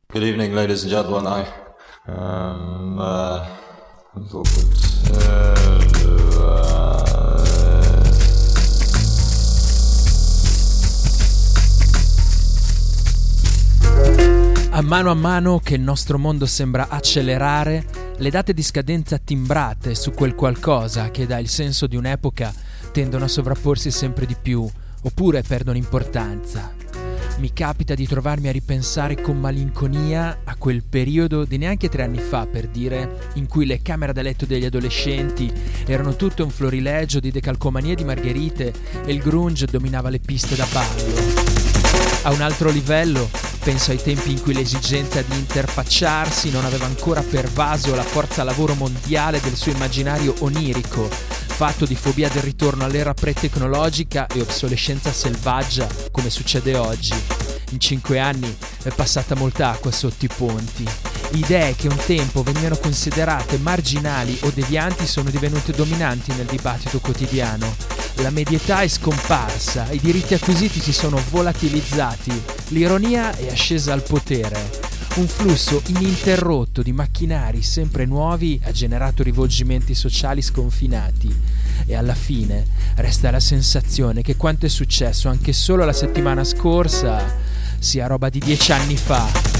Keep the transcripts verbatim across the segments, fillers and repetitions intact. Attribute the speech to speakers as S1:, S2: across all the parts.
S1: Good evening, ladies and gentlemen. I um uh,
S2: A mano a mano che il nostro mondo sembra accelerare, le date di scadenza timbrate su quel qualcosa che dà il senso di un'epoca tendono a sovrapporsi sempre di più, oppure perdono importanza. Mi capita di trovarmi a ripensare con malinconia a quel periodo di neanche tre anni fa, per dire, in cui le camere da letto degli adolescenti erano tutto un florilegio di decalcomanie di margherite e il grunge dominava le piste da ballo. A un altro livello, penso ai tempi in cui l'esigenza di interfacciarsi non aveva ancora pervaso la forza lavoro mondiale del suo immaginario onirico, fatto di fobia del ritorno all'era pre-tecnologica e obsolescenza selvaggia, come succede oggi. In cinque anni è passata molta acqua sotto i ponti. Idee che un tempo venivano considerate marginali o devianti sono divenute dominanti nel dibattito quotidiano. La medietà è scomparsa, i diritti acquisiti si sono volatilizzati, l'ironia è ascesa al potere. Un flusso ininterrotto di macchinari sempre nuovi ha generato rivolgimenti sociali sconfinati e alla fine resta la sensazione che quanto è successo anche solo la settimana scorsa sia roba di dieci anni fa.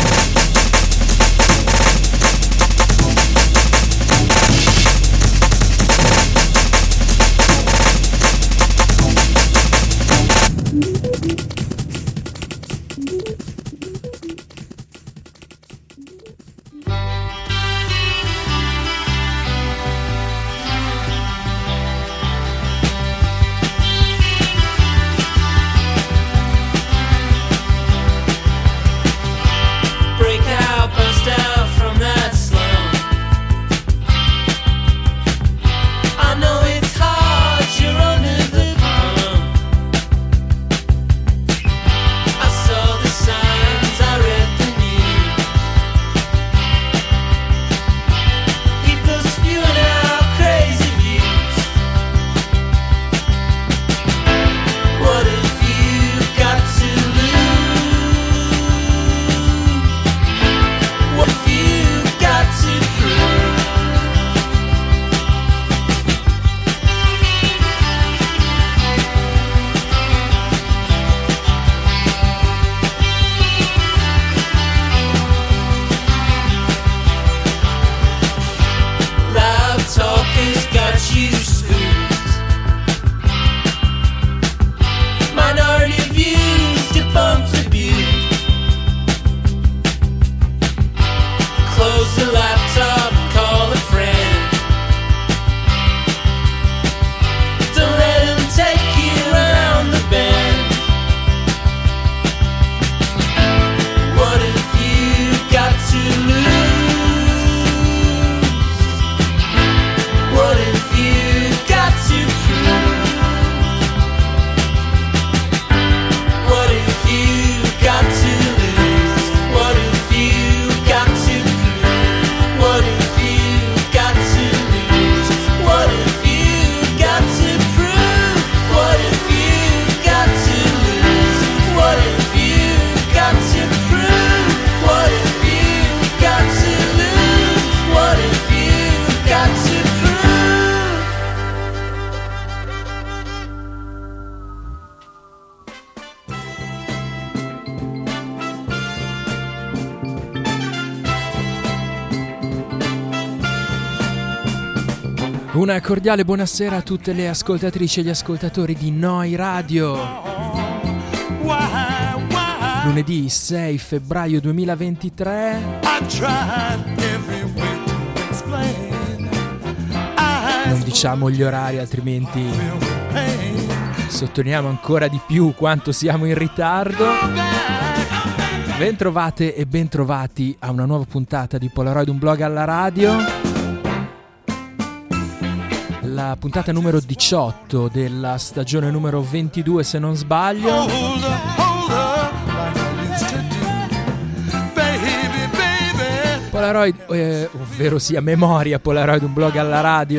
S2: Una cordiale buonasera a tutte le ascoltatrici e gli ascoltatori di Noi Radio. Lunedì sei febbraio duemilaventitré. Non diciamo gli orari, altrimenti sottolineiamo ancora di più quanto siamo in ritardo. Bentrovate e bentrovati a una nuova puntata di Polaroid, un blog alla radio. La puntata numero diciotto della stagione numero ventidue, se non sbaglio. Polaroid, eh, ovvero sia Memoria Polaroid, un blog alla radio.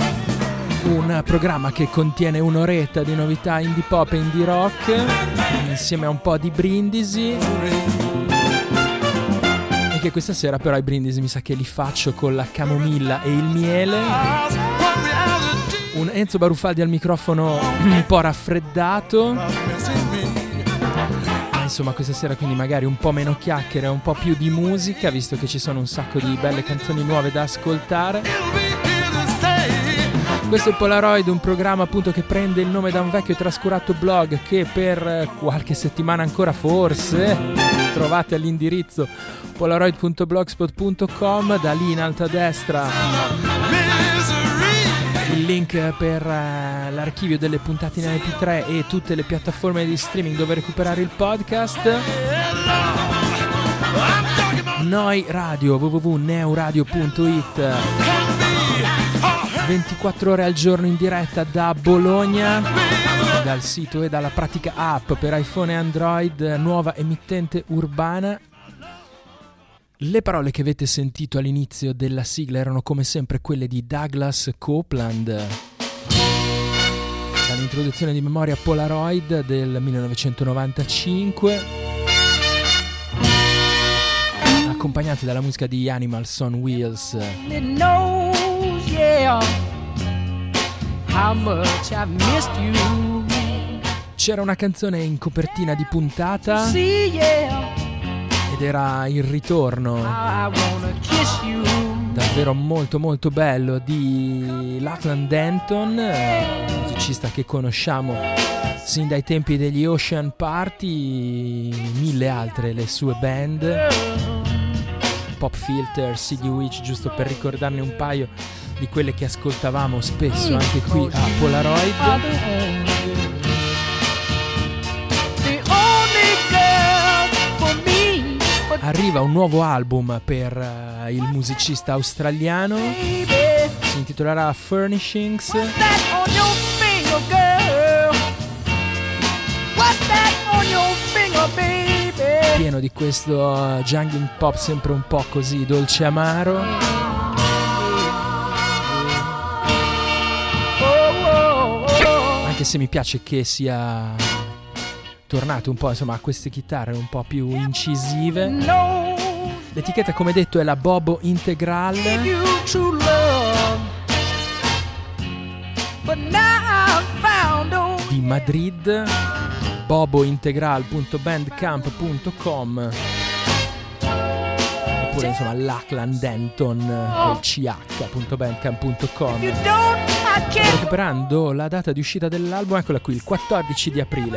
S2: Un programma che contiene un'oretta di novità indie pop e indie rock. insieme a un po' di Brindisi, e che questa sera però i Brindisi mi sa che li faccio con la camomilla e il miele. Un Enzo Barufaldi al microfono un po' raffreddato, ma insomma questa sera quindi magari un po' meno chiacchiere, un po' più di musica, visto che ci sono un sacco di belle canzoni nuove da ascoltare. Questo è Polaroid, un programma appunto che prende il nome da un vecchio e trascurato blog che per qualche settimana ancora forse trovate all'indirizzo polaroid punto blogspot punto com. Da lì in alto a destra il link per uh, l'archivio delle puntate in M P tre e tutte le piattaforme di streaming dove recuperare il podcast. Noi Radio, w w w punto neuradio punto it, ventiquattro ore al giorno in diretta da Bologna, dal sito e dalla pratica app per iPhone e Android, nuova emittente urbana. Le parole che avete sentito all'inizio della sigla erano come sempre quelle di Douglas Copeland, dall'introduzione di Memoria Polaroid del millenovecentonovantacinque, accompagnati dalla musica di Animals on Wheels. C'era una canzone in copertina di puntata ed era il ritorno davvero molto molto bello di Lachlan Denton, musicista che conosciamo sin dai tempi degli Ocean Party, mille altre le sue band, Pop Filter, Siggy Witch, giusto per ricordarne un paio di quelle che ascoltavamo spesso anche qui a Polaroid. Arriva un nuovo album per uh, il musicista australiano, si intitolerà Furnishings, pieno di questo uh, jungling pop sempre un po' così dolce amaro, anche se mi piace che sia tornato un po' insomma a queste chitarre un po' più incisive. L'etichetta, come detto, è la Bobo Integral di Madrid, bobo integral punto bandcamp punto com, oppure insomma Lachlan Denton col ch punto bandcamp punto com. Sto recuperando la data di uscita dell'album, eccola qui, il quattordici di aprile.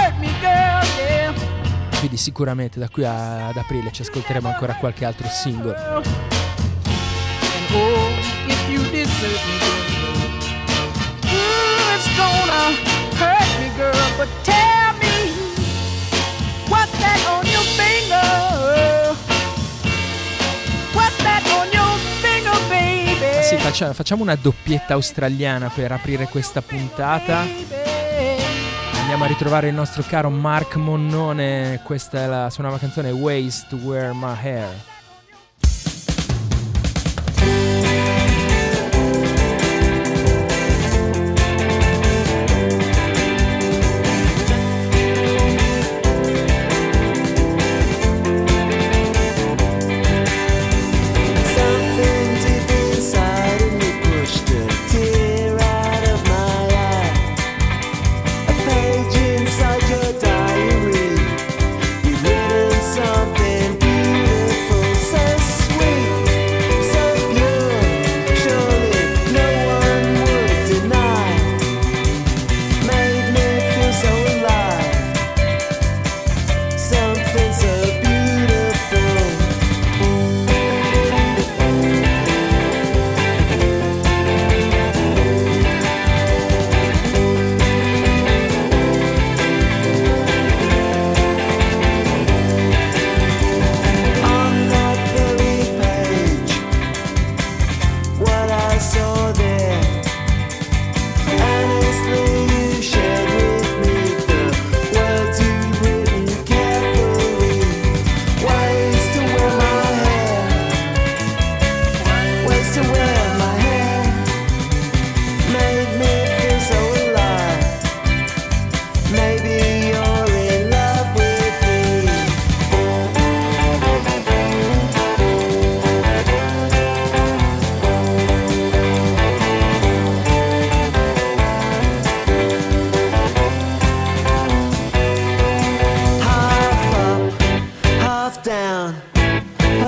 S2: Quindi sicuramente da qui a, ad aprile ci ascolteremo ancora qualche altro singolo. Sì, facciamo, facciamo una doppietta australiana per aprire questa puntata. Andiamo a ritrovare il nostro caro Mark Monnone. Questa è la sua nuova canzone, Ways to Wear My Hair.
S3: Something beautiful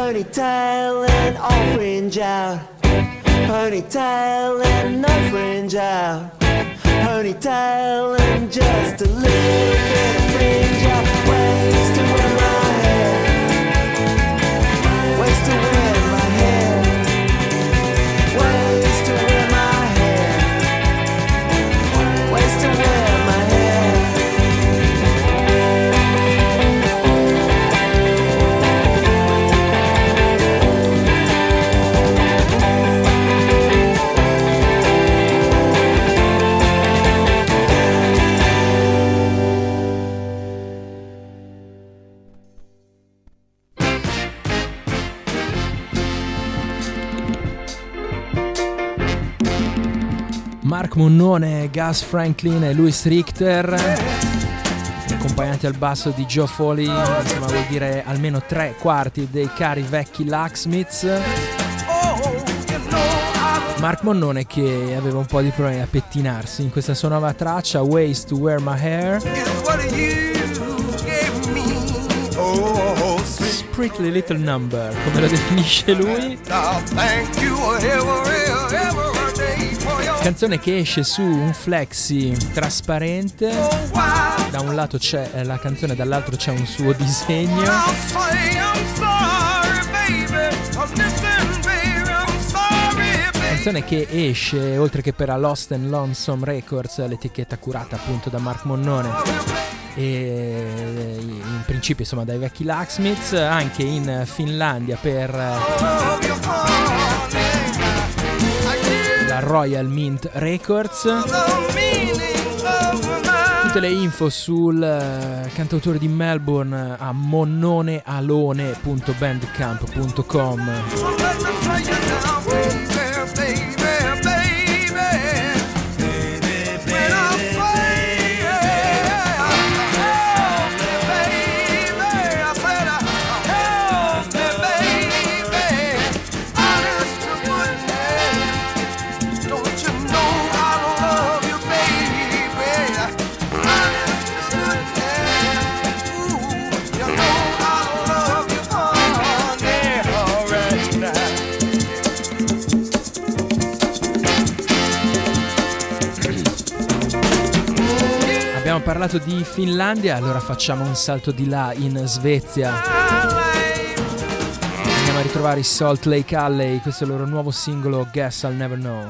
S3: Ponytail and all fringe out. Ponytail and no fringe out. Ponytail and just a little bit of fringe out. Ways to wear my hair. Ways to wear my hair. Ways to wear my hair. Ways to wear my hair.
S2: Mark Monnone, Gus Franklin e Louis Richter, accompagnati al basso di Joe Foley, insomma vuol dire almeno tre quarti dei cari vecchi Locksmiths. Mark Monnone che aveva un po' di problemi a pettinarsi in questa sua nuova traccia, Ways to Wear My Hair. Sprightly Little Number, come lo definisce lui. Canzone che esce su un flexi trasparente, da un lato c'è la canzone, dall'altro c'è un suo disegno. Canzone che esce oltre che per la Lost and Lonesome Records, l'etichetta curata appunto da Mark Monnone, e in principio insomma dai vecchi Locksmiths, anche in Finlandia per la Royal Mint Records. Tutte le info sul uh, cantautore di Melbourne a monnonealone punto bandcamp punto com. Abbiamo parlato di Finlandia, allora facciamo un salto di là in Svezia. Andiamo a ritrovare i Salt Lake Alley, questo è il loro nuovo singolo Guess I'll Never Know.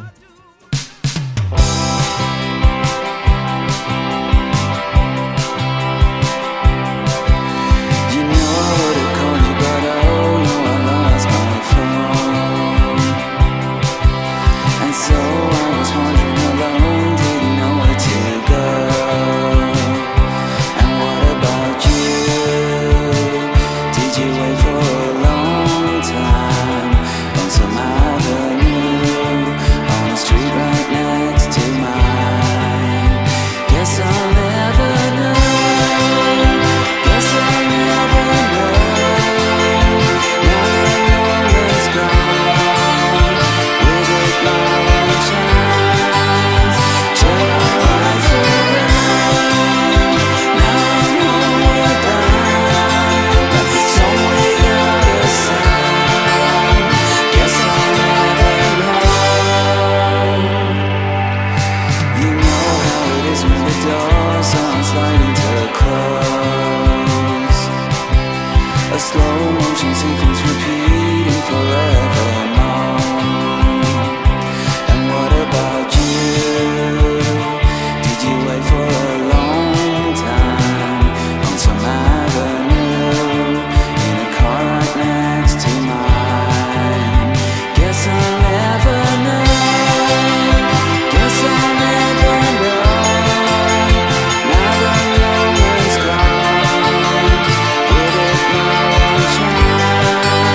S4: With it, my chance.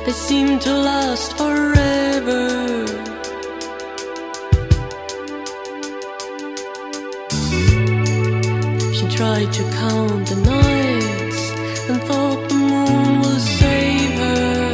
S4: they seem to last forever. She tried to count the nights and thought the moon would save her.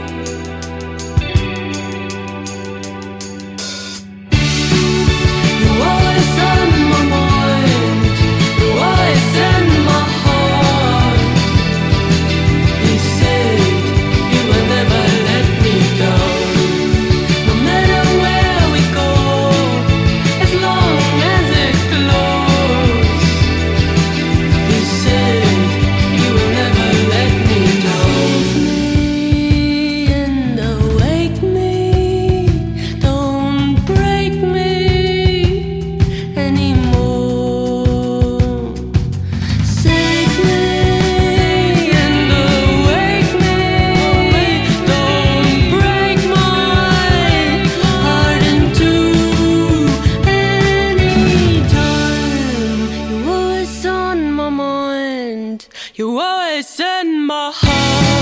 S4: You always on my mind, you always in my heart. You said you will never let me down. No matter where we go, as long as it glows. You said you will never let me down. Save me and awake me, don't break me anymore. Save me and awake me, don't break my heart in two anytime. You're always on my mind, you're always in my heart.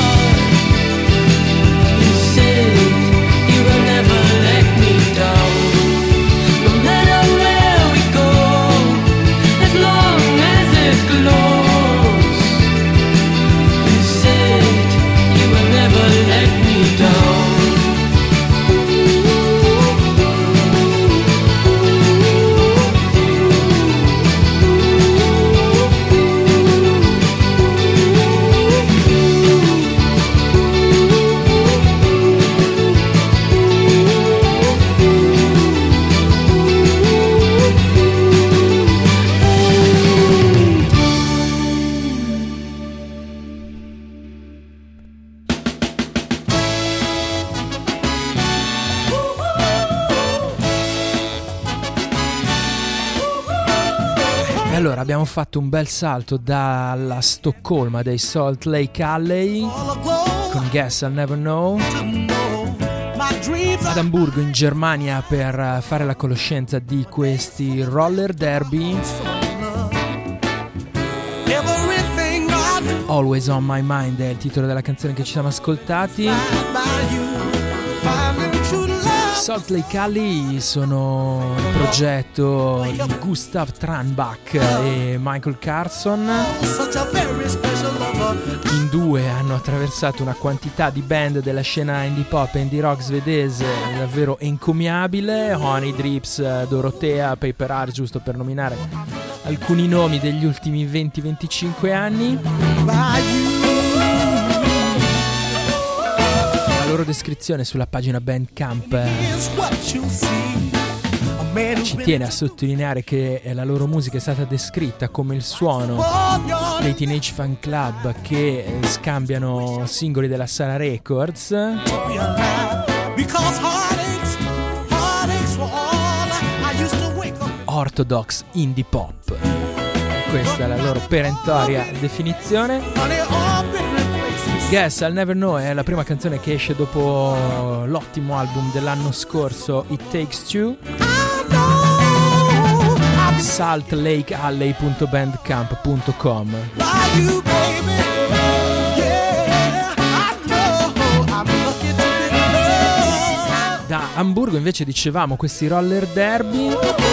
S4: You said you will never let me down. No matter where we go, as long as it glows. You said you will never let me down.
S2: E allora abbiamo fatto un bel salto dalla Stoccolma dei Salt Lake Alley con Guess I'll Never Know ad Amburgo in Germania per fare la conoscenza di questi roller derby. Always on My Mind è il titolo della canzone che ci siamo ascoltati. Salt Lake Alley sono il progetto di Gustav Tranbach e Michael Carson. In due hanno attraversato una quantità di band della scena indie pop e indie rock svedese davvero encomiabile. Honey Drips, Dorothea, Paper Heart, giusto per nominare alcuni nomi degli ultimi venti venticinque anni. La loro descrizione sulla pagina Bandcamp ci tiene a sottolineare che la loro musica è stata descritta come il suono dei Teenage Fan Club che scambiano singoli della Sara Records. Orthodox indie pop, questa è la loro perentoria definizione. Guess I'll Never Know è la prima canzone che esce dopo l'ottimo album dell'anno scorso It Takes Two. salt lake alley punto bandcamp punto com. Da Amburgo invece dicevamo questi roller derby.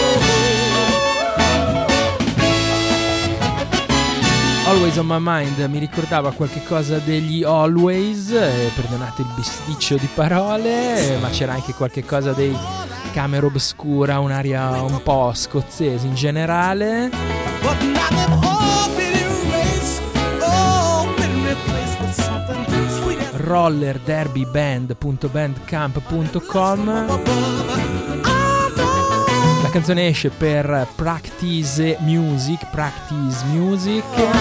S2: Always on My Mind mi ricordava qualche cosa degli Always, eh, perdonate il bisticcio di parole, eh, ma c'era anche qualche cosa dei Camera Obscura, un'aria un po' scozzese in generale. roller derby band punto bandcamp punto com. La canzone esce per Practice Music, Practice Music,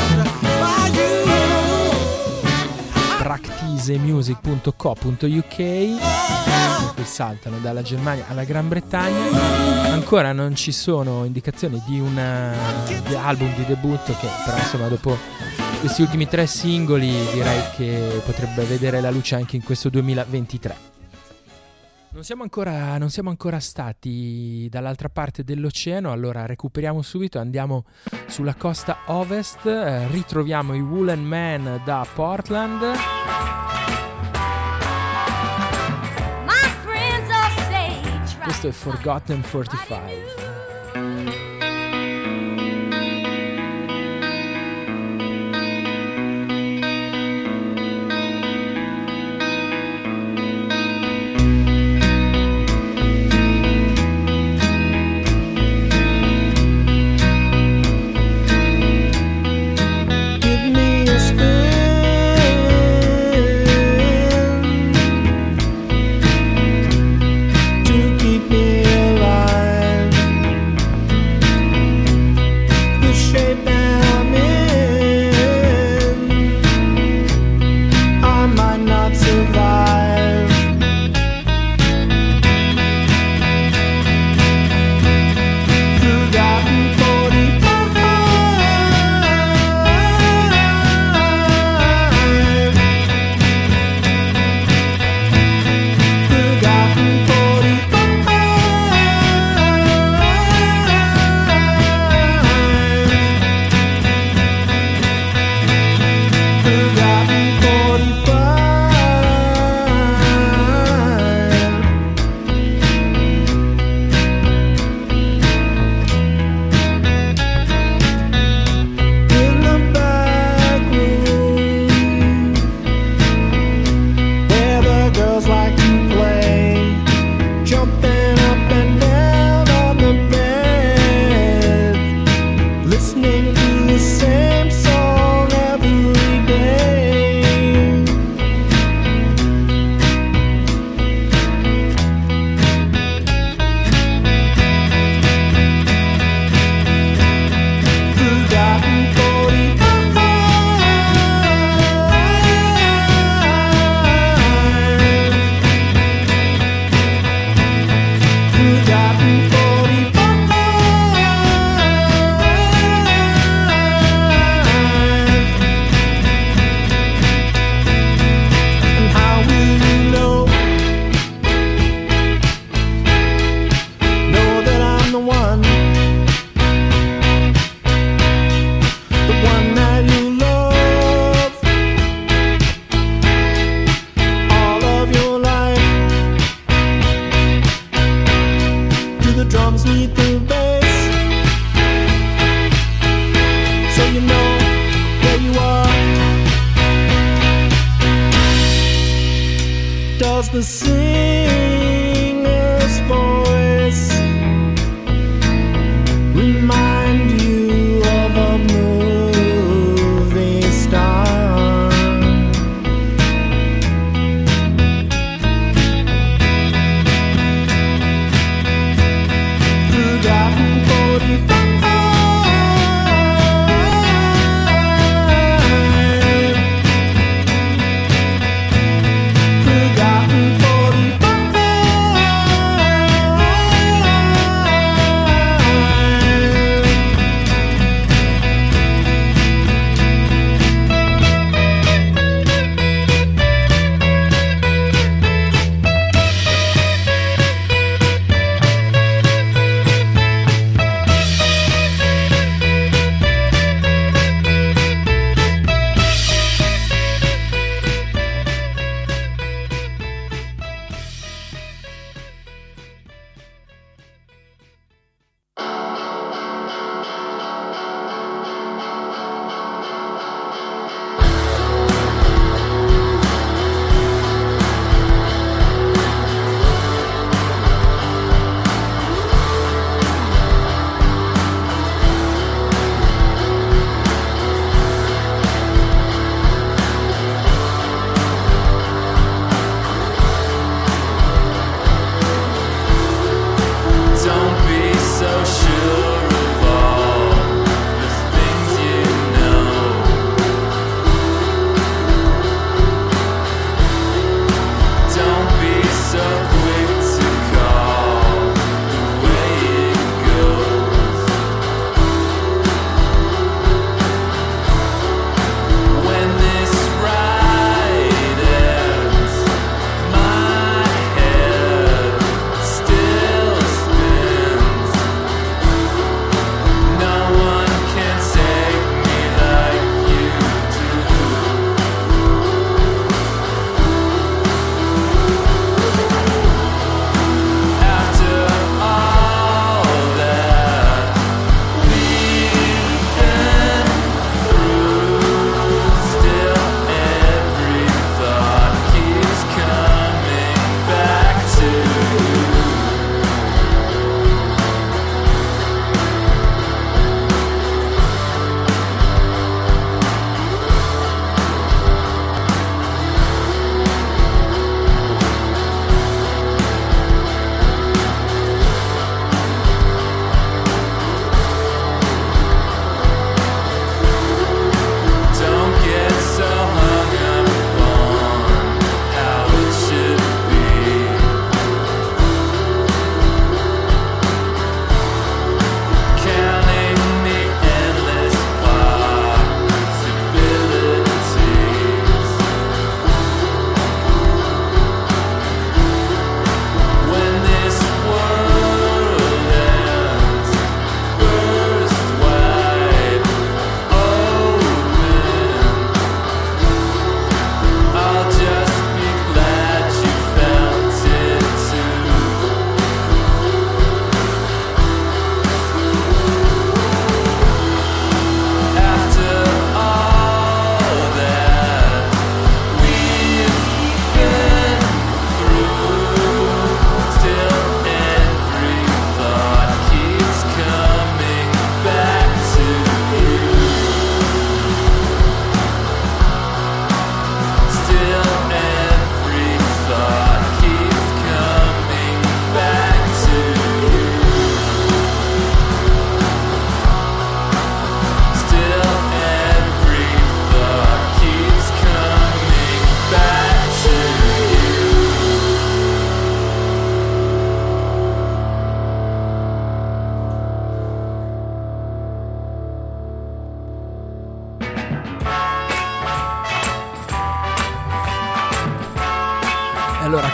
S2: practice music punto co punto uk. Qui saltano dalla Germania alla Gran Bretagna. Ancora non ci sono indicazioni di un di album di debutto, che però insomma dopo questi ultimi tre singoli direi che potrebbe vedere la luce anche in questo duemilaventitré. Non siamo ancora, non siamo ancora stati dall'altra parte dell'oceano, allora recuperiamo subito, andiamo sulla costa ovest, eh, ritroviamo i Woolen Man da Portland. Questo è Forgotten quarantacinque.
S5: The singer's voice remind you of a movie star? Forgotten forty-five.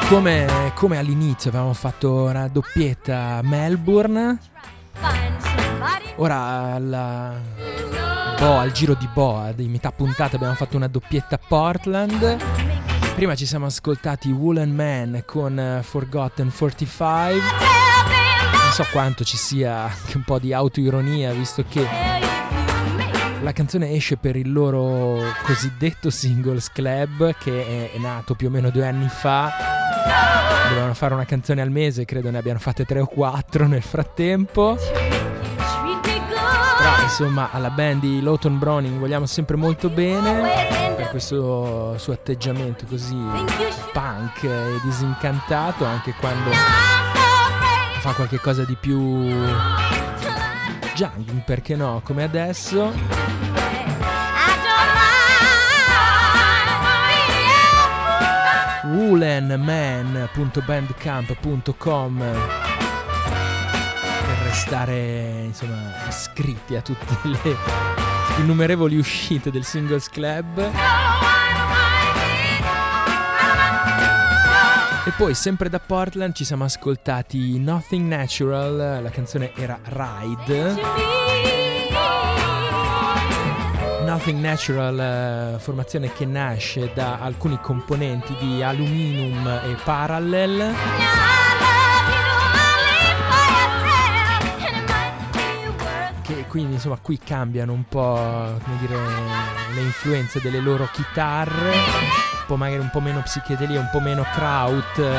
S2: come, come all'inizio avevamo fatto una doppietta a Melbourne, ora alla boa, al giro di boa di metà puntata abbiamo fatto una doppietta a Portland. Prima ci siamo ascoltati Woolen Man con uh, Forgotten quarantacinque. Non so quanto ci sia anche un po' di autoironia, visto che la canzone esce per il loro cosiddetto Singles Club, che è nato più o meno due anni fa. Dovevano fare una canzone al mese, credo ne abbiano fatte tre o quattro nel frattempo. Però insomma alla band di Lawton Browning vogliamo sempre molto bene per questo suo atteggiamento così punk e disincantato, anche quando fa qualche cosa di più jungle, perché no, come adesso. woolenman punto bandcamp punto com per restare insomma iscritti a tutte le innumerevoli uscite del Singles Club. E poi sempre da Portland ci siamo ascoltati Nothing Natural, la canzone era Ride. Nothing Natural, formazione che nasce da alcuni componenti di Aluminum e Parallel, che quindi insomma qui cambiano un po', come dire, le influenze delle loro chitarre, un po' magari un po' meno psichedelia, un po' meno kraut, un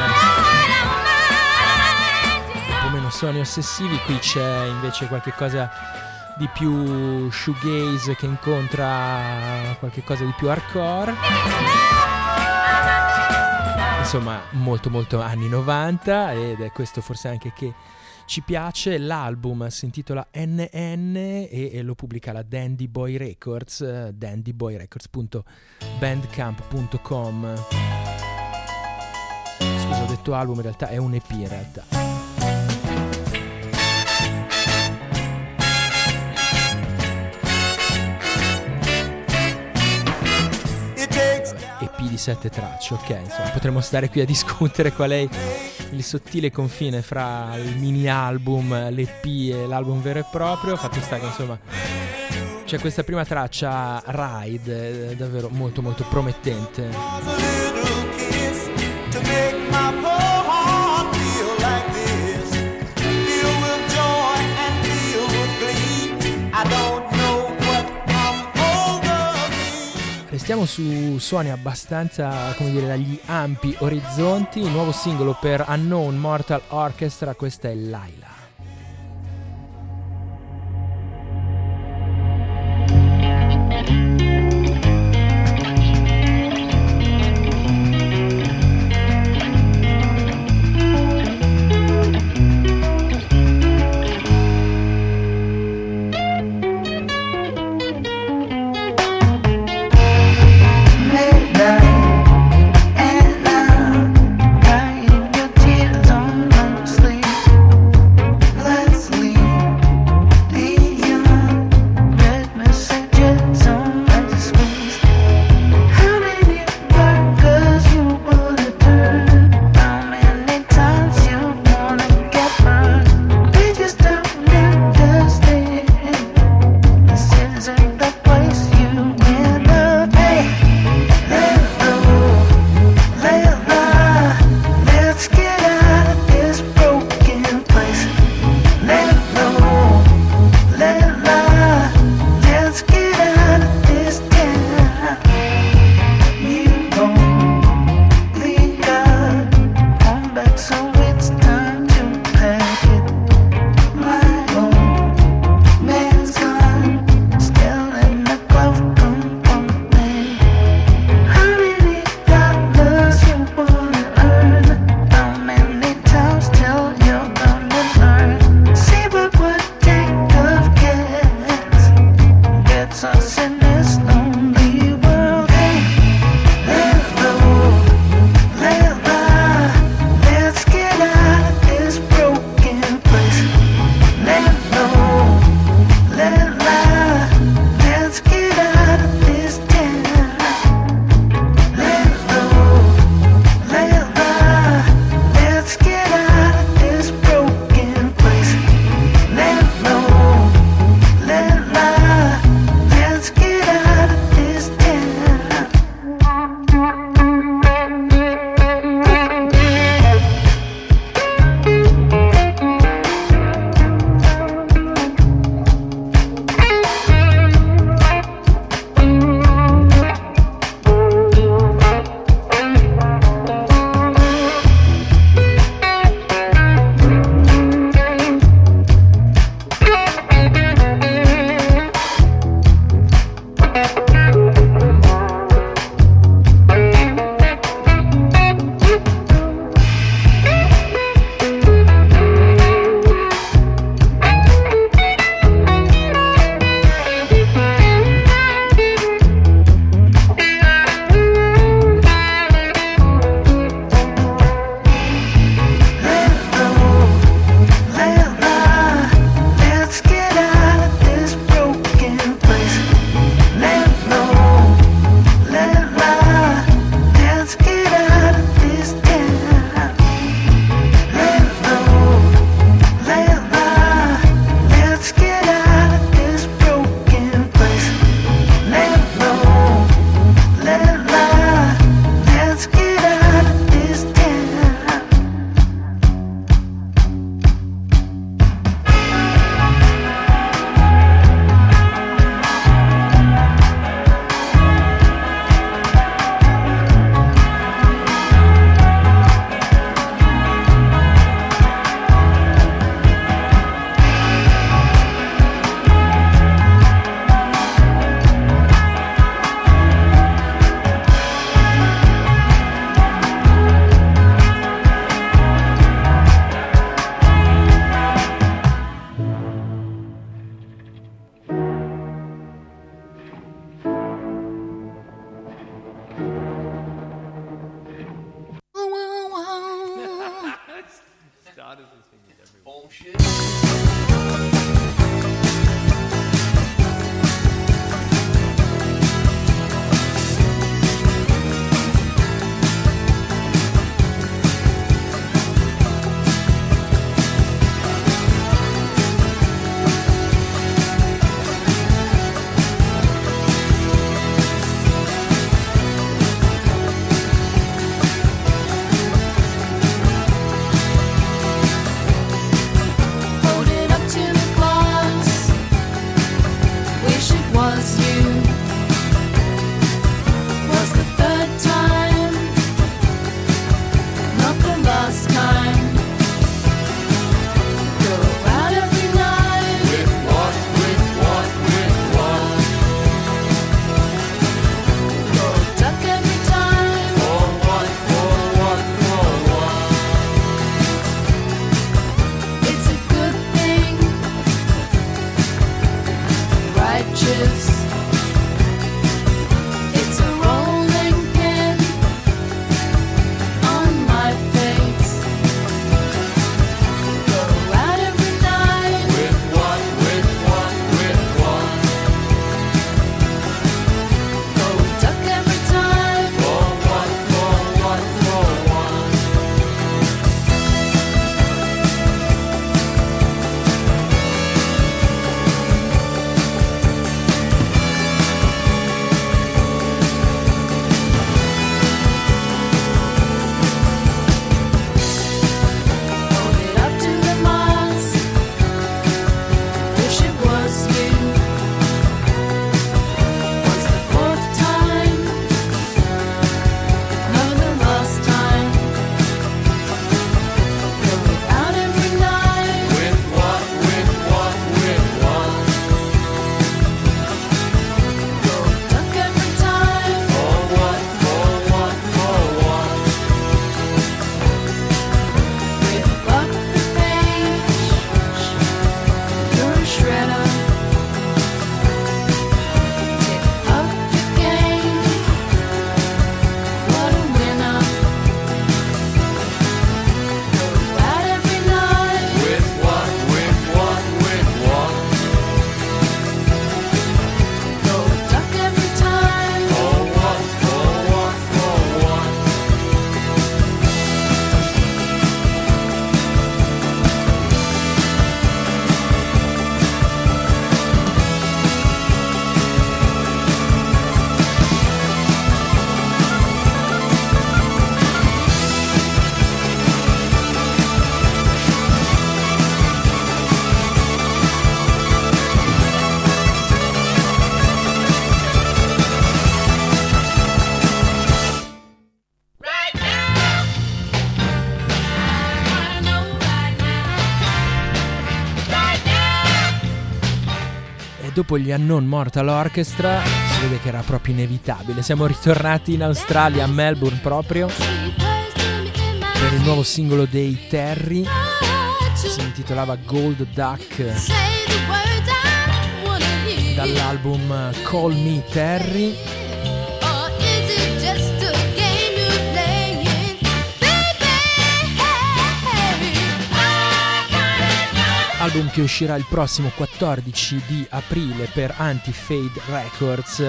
S2: po' meno suoni ossessivi. Qui c'è invece qualche cosa di più shoegaze che incontra qualche cosa di più hardcore. Insomma molto molto anni novanta, ed è questo forse anche che ci piace. L'album si intitola N N e, e lo pubblica la Dandy Boy Records, dandy boy records punto bandcamp punto com. Scusa, ho detto album, in realtà è un E P in realtà. E P di sette tracce, ok, insomma potremmo stare qui a discutere qual è il sottile confine fra il mini album, l'E P e l'album vero e proprio. Fatto sta che insomma c'è questa prima traccia Ride, davvero molto molto promettente. Restiamo su suoni abbastanza, come dire, dagli ampi orizzonti. Il nuovo singolo per Unknown Mortal Orchestra, questa è Laila.
S6: Let's Hold it up to the glass. Wish it was you. Was the third time, not the last time. Go out every night.
S1: With what, with what, with what?
S6: Go duck every time.
S1: For what, for what, for what?
S6: It's a good thing. Righteous. It's a rolling pin on my face. Go out every night.
S1: With what, with what, with what?
S6: Go duck every time.
S1: For what, for what, for what?
S6: Hold it up to the mast. Wish it was you. Was the fourth time, never the last time. Go out every night.
S1: With what, with what, with what?
S6: Go duck every time.
S1: For what, for what, for what?
S6: Rip up the page. You're a shredder. Tip up the game. What a winner. Go out every night.
S1: With what, with what, with what?
S6: Go duck every time.
S1: For what, for what, for what?
S4: Right now. I know right now. Right now.
S2: E dopo gli Unknown Mortal Orchestra si vede che era proprio inevitabile. Siamo ritornati in Australia, a Melbourne proprio, per il nuovo singolo dei Terry. Si intitolava Gold Duck, dall'album Call Me Terry. Album che uscirà il prossimo quattordici di aprile per Anti-Fade Records.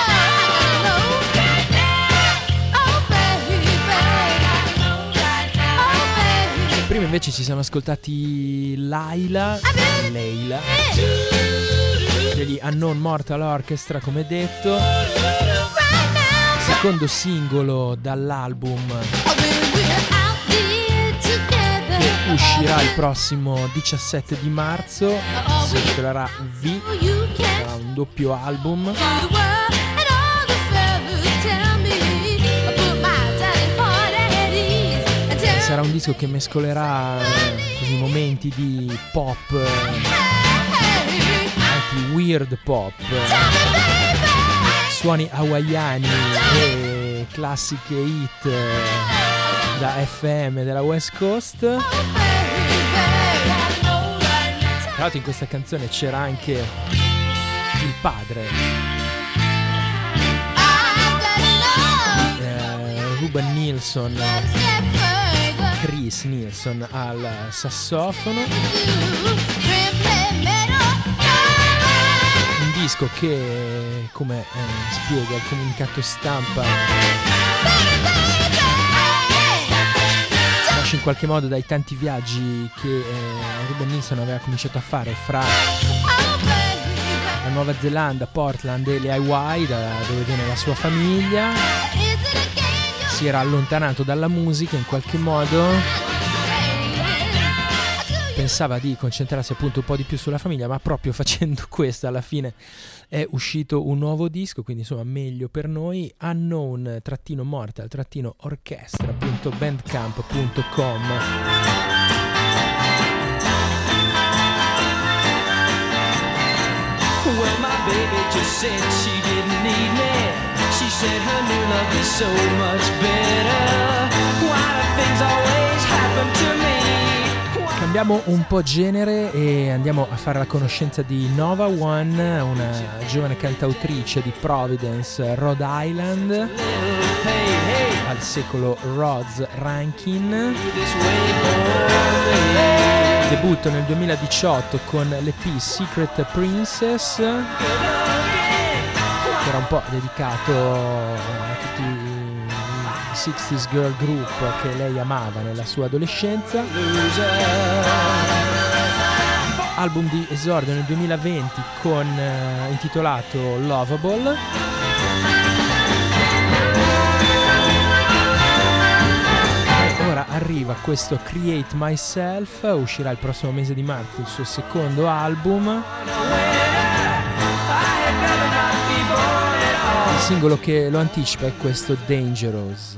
S2: Prima invece ci siamo ascoltati Laila, Leila, degli Unknown Mortal Orchestra, come detto. Secondo singolo dall'album che uscirà il prossimo diciassette di marzo, si intitolerà V, sarà un doppio album. Sarà un disco che mescolerà eh, così momenti di pop, eh, anzi weird pop, eh, suoni hawaiani e classiche hit eh, da F M della West Coast. Tra l'altro in questa canzone c'era anche il padre, eh, Ruben Nilsson, Cree, Alice Nilsson al sassofono. Un disco che, come eh, spiega il comunicato stampa, nasce in qualche modo dai tanti viaggi che eh, Ruben Nilsson aveva cominciato a fare fra la Nuova Zelanda, Portland e le Hawaii, da dove viene la sua famiglia. Si era allontanato dalla musica in qualche modo, pensava di concentrarsi appunto un po' di più sulla famiglia, ma proprio facendo questo alla fine è uscito un nuovo disco, quindi insomma meglio per noi. Unknown trattino mortal trattino orchestra punto bandcamp punto com.
S7: Well, my baby just said she didn't need me. She said her new love is so much better. Why do things always happen to me?
S2: Cambiamo un po' genere e andiamo a fare la conoscenza di Nova One, una giovane cantautrice di Providence, Rhode Island, al secolo Rhodes Rankin. Debutto nel duemiladiciotto con l'E P Secret Princess, che era un po' dedicato a tutti i sixties girl group che lei amava nella sua adolescenza. Album di esordio nel duemilaventi con uh, intitolato Lovable. E ora arriva questo Create Myself, uscirà il prossimo mese di marzo il suo secondo album. Il singolo che lo anticipa è questo Dangerous.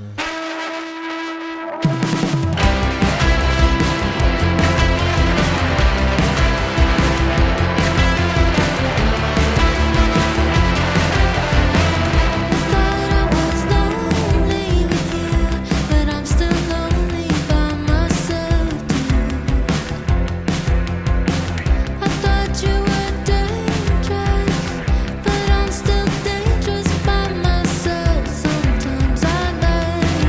S8: Sometimes I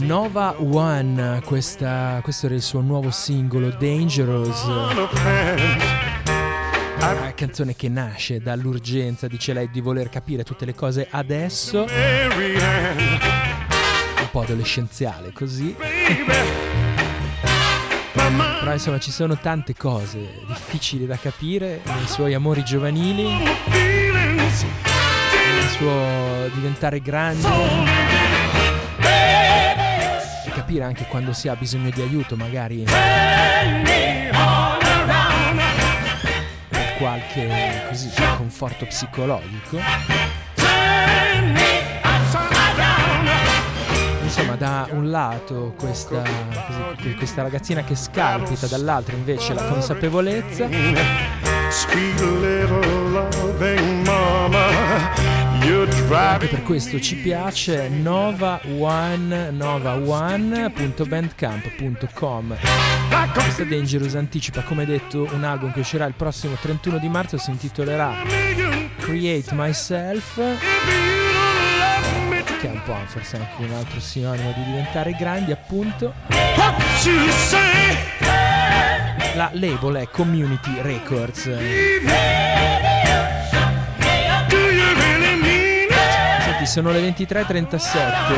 S2: Nova One, questa, questo era il suo nuovo singolo Dangerous, una canzone che nasce dall'urgenza, dice lei, di voler capire tutte le cose adesso, un po' adolescenziale così. Però insomma ci sono tante cose difficili da capire nei suoi amori giovanili, nel suo diventare grande, e capire anche quando si ha bisogno di aiuto, magari per qualche così conforto psicologico. Insomma, da un lato questa, così, questa ragazzina che scalpita, dall'altro invece la consapevolezza. Anche per questo ci piace Nova One, nova one punto bandcamp punto com. Questa Dangerous anticipa, come detto, un album che uscirà il prossimo trentuno di marzo, si intitolerà Create Myself, che è un po' forse anche un altro sinonimo di diventare grandi, appunto. La label è Community Records. Senti, sono le ventitré e trentasette.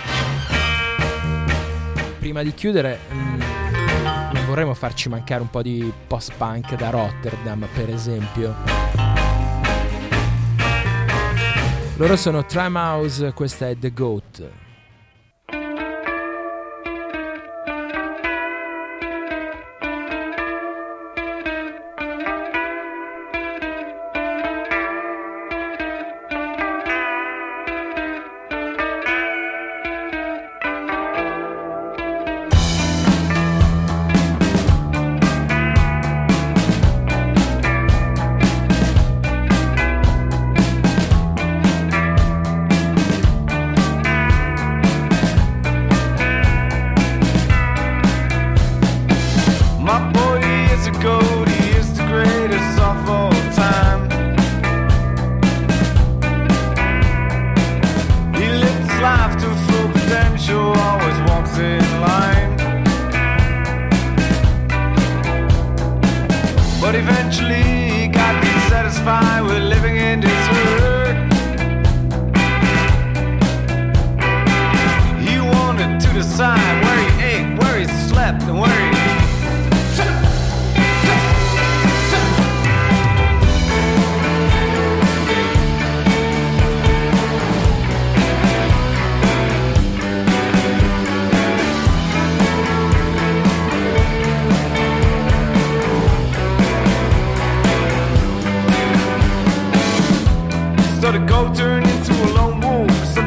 S2: Prima di chiudere, mh, non vorremmo farci mancare un po' di post-punk da Rotterdam, per esempio. Loro sono Tramhouse, questa è The Goat.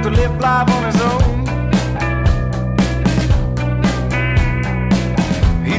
S8: He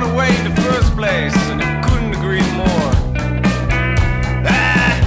S1: run away in the first place, and I couldn't agree more. Ah!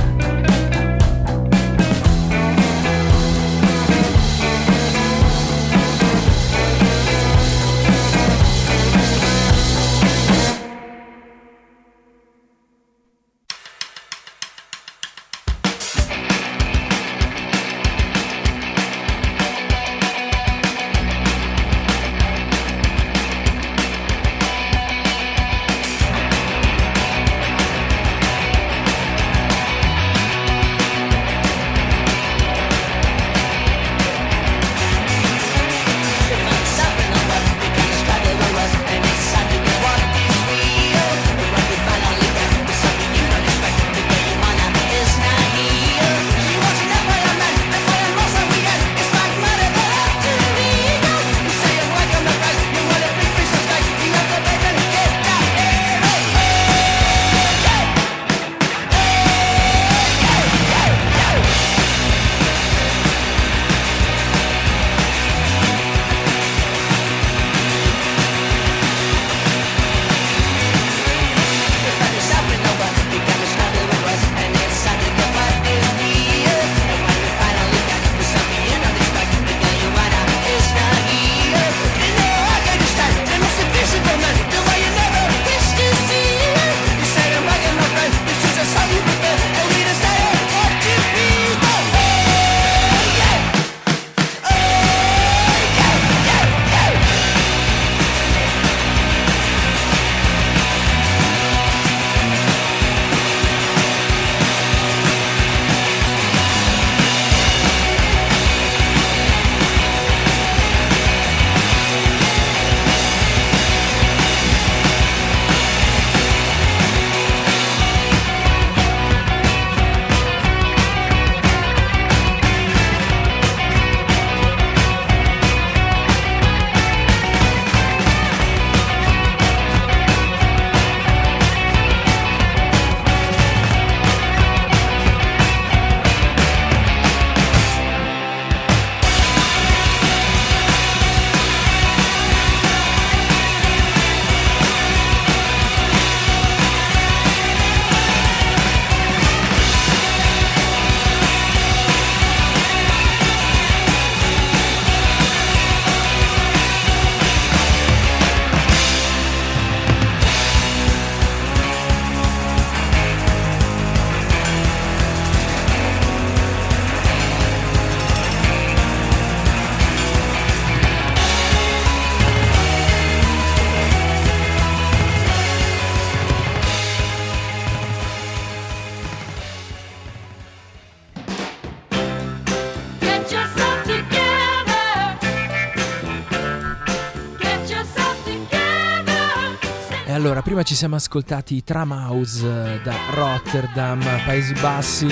S2: Allora, prima ci siamo ascoltati i Tramhouse da Rotterdam, Paesi Bassi,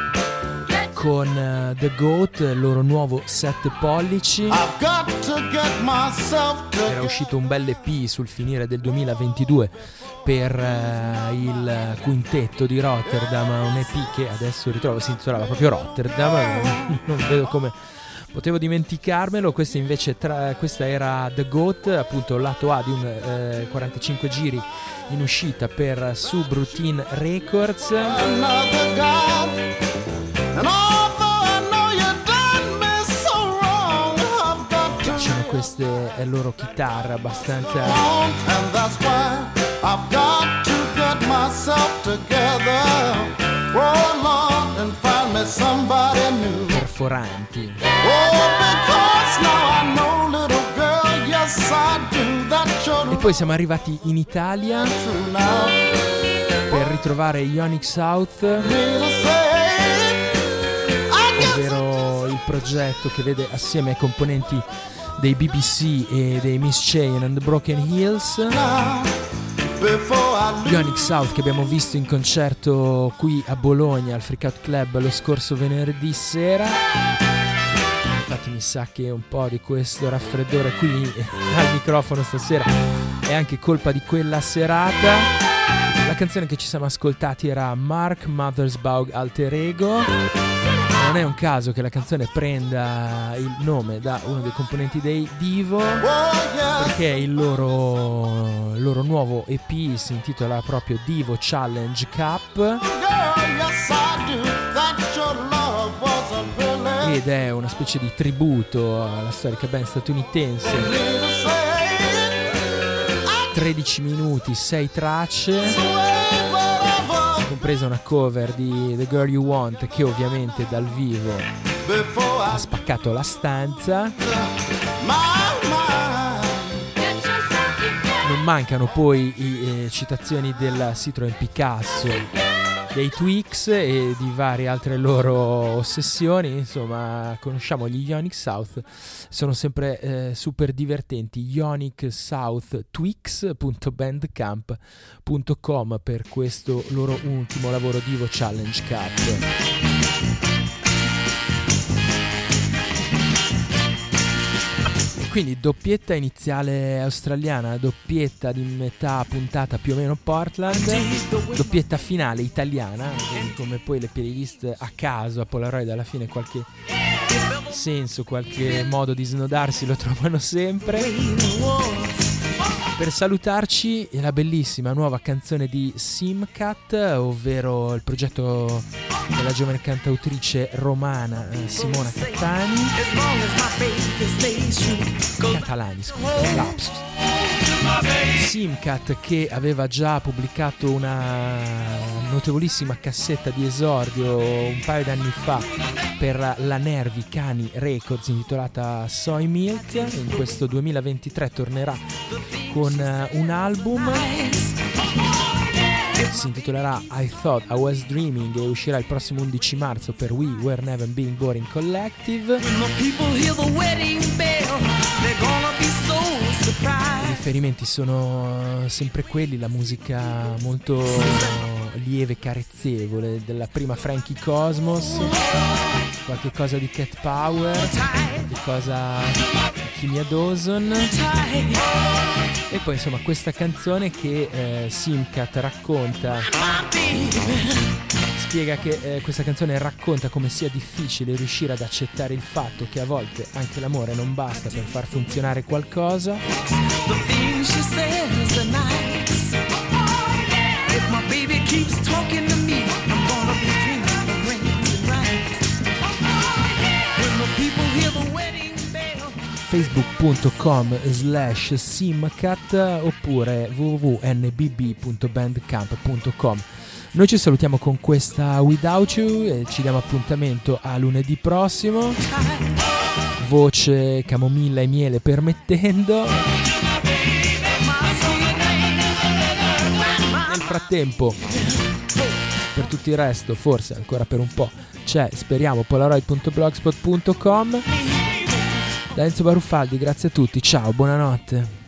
S2: con uh, The Goat, il loro nuovo sette pollici. Era uscito un bel E P sul finire del duemilaventidue per uh, il quintetto di Rotterdam, un E P che adesso ritrovo, si intitolava proprio Rotterdam, non vedo come potevo dimenticarmelo. Questa invece tra, questa era The Goat, appunto lato A di un eh, quarantacinque giri in uscita per Subroutine Records. Piacciono queste eh, loro chitarre abbastanza perforanti. E poi siamo arrivati in Italia per ritrovare Ionic South, ovvero il progetto che vede assieme ai componenti dei B B C e dei Miss Chain and the Broken Hills Ionic South, che abbiamo visto in concerto qui a Bologna al Freak Out Club lo scorso venerdì sera. Infatti mi sa che un po' di questo raffreddore qui al microfono stasera è anche colpa di quella serata. La canzone che ci siamo ascoltati era Mark Mothersbaugh Alter Ego. Non Non è un caso che la canzone prenda il nome da uno dei componenti dei Divo, perché il loro, il loro nuovo E P si intitola proprio Divo Challenge Cup ed è una specie di tributo alla storica band statunitense. tredici minuti, sei tracce, compresa una cover di The Girl You Want che ovviamente dal vivo ha spaccato la stanza. Non mancano poi i, eh, citazioni del Citroen Picasso, dei Twix e di varie altre loro ossessioni. Insomma, conosciamo gli Ionic South, sono sempre eh, super divertenti. ionic south twix punto bandcamp punto com per questo loro ultimo lavoro, Divo Challenge Cup. Quindi doppietta iniziale australiana, doppietta di metà puntata più o meno Portland, doppietta finale italiana, quindi come poi le playlist a caso, a Polaroid alla fine qualche senso, qualche modo di snodarsi lo trovano sempre. Per salutarci la bellissima nuova canzone di Simcat, ovvero il progetto della giovane cantautrice romana eh, Simona Cattani Catalani, scusa, lapsus. Simcat, che aveva già pubblicato una notevolissima cassetta di esordio un paio d'anni fa per la Nervi Cani Records intitolata Soy Milk, in questo duemilaventitré tornerà con un album, si intitolerà I Thought I Was Dreaming e uscirà il prossimo undici marzo per We Were Never Being Boring Collective. I riferimenti sono sempre quelli, la musica molto lieve, carezzevole della prima Frankie Cosmos, qualche cosa di Cat Power, qualche cosa di Kimia Dawson, e poi insomma questa canzone che eh, Simcat racconta, spiega che eh, questa canzone racconta come sia difficile riuscire ad accettare il fatto che a volte anche l'amore non basta per far funzionare qualcosa. facebook punto com slash simcat oppure w w w punto n b b punto bandcamp punto com. Noi ci salutiamo con questa Without You e ci diamo appuntamento a lunedì prossimo, voce camomilla e miele permettendo. Nel frattempo, per tutto il resto, forse ancora per un po', c'è, speriamo, polaroid punto blogspot punto com. Da Enzo Baruffaldi, grazie a tutti, ciao, buonanotte.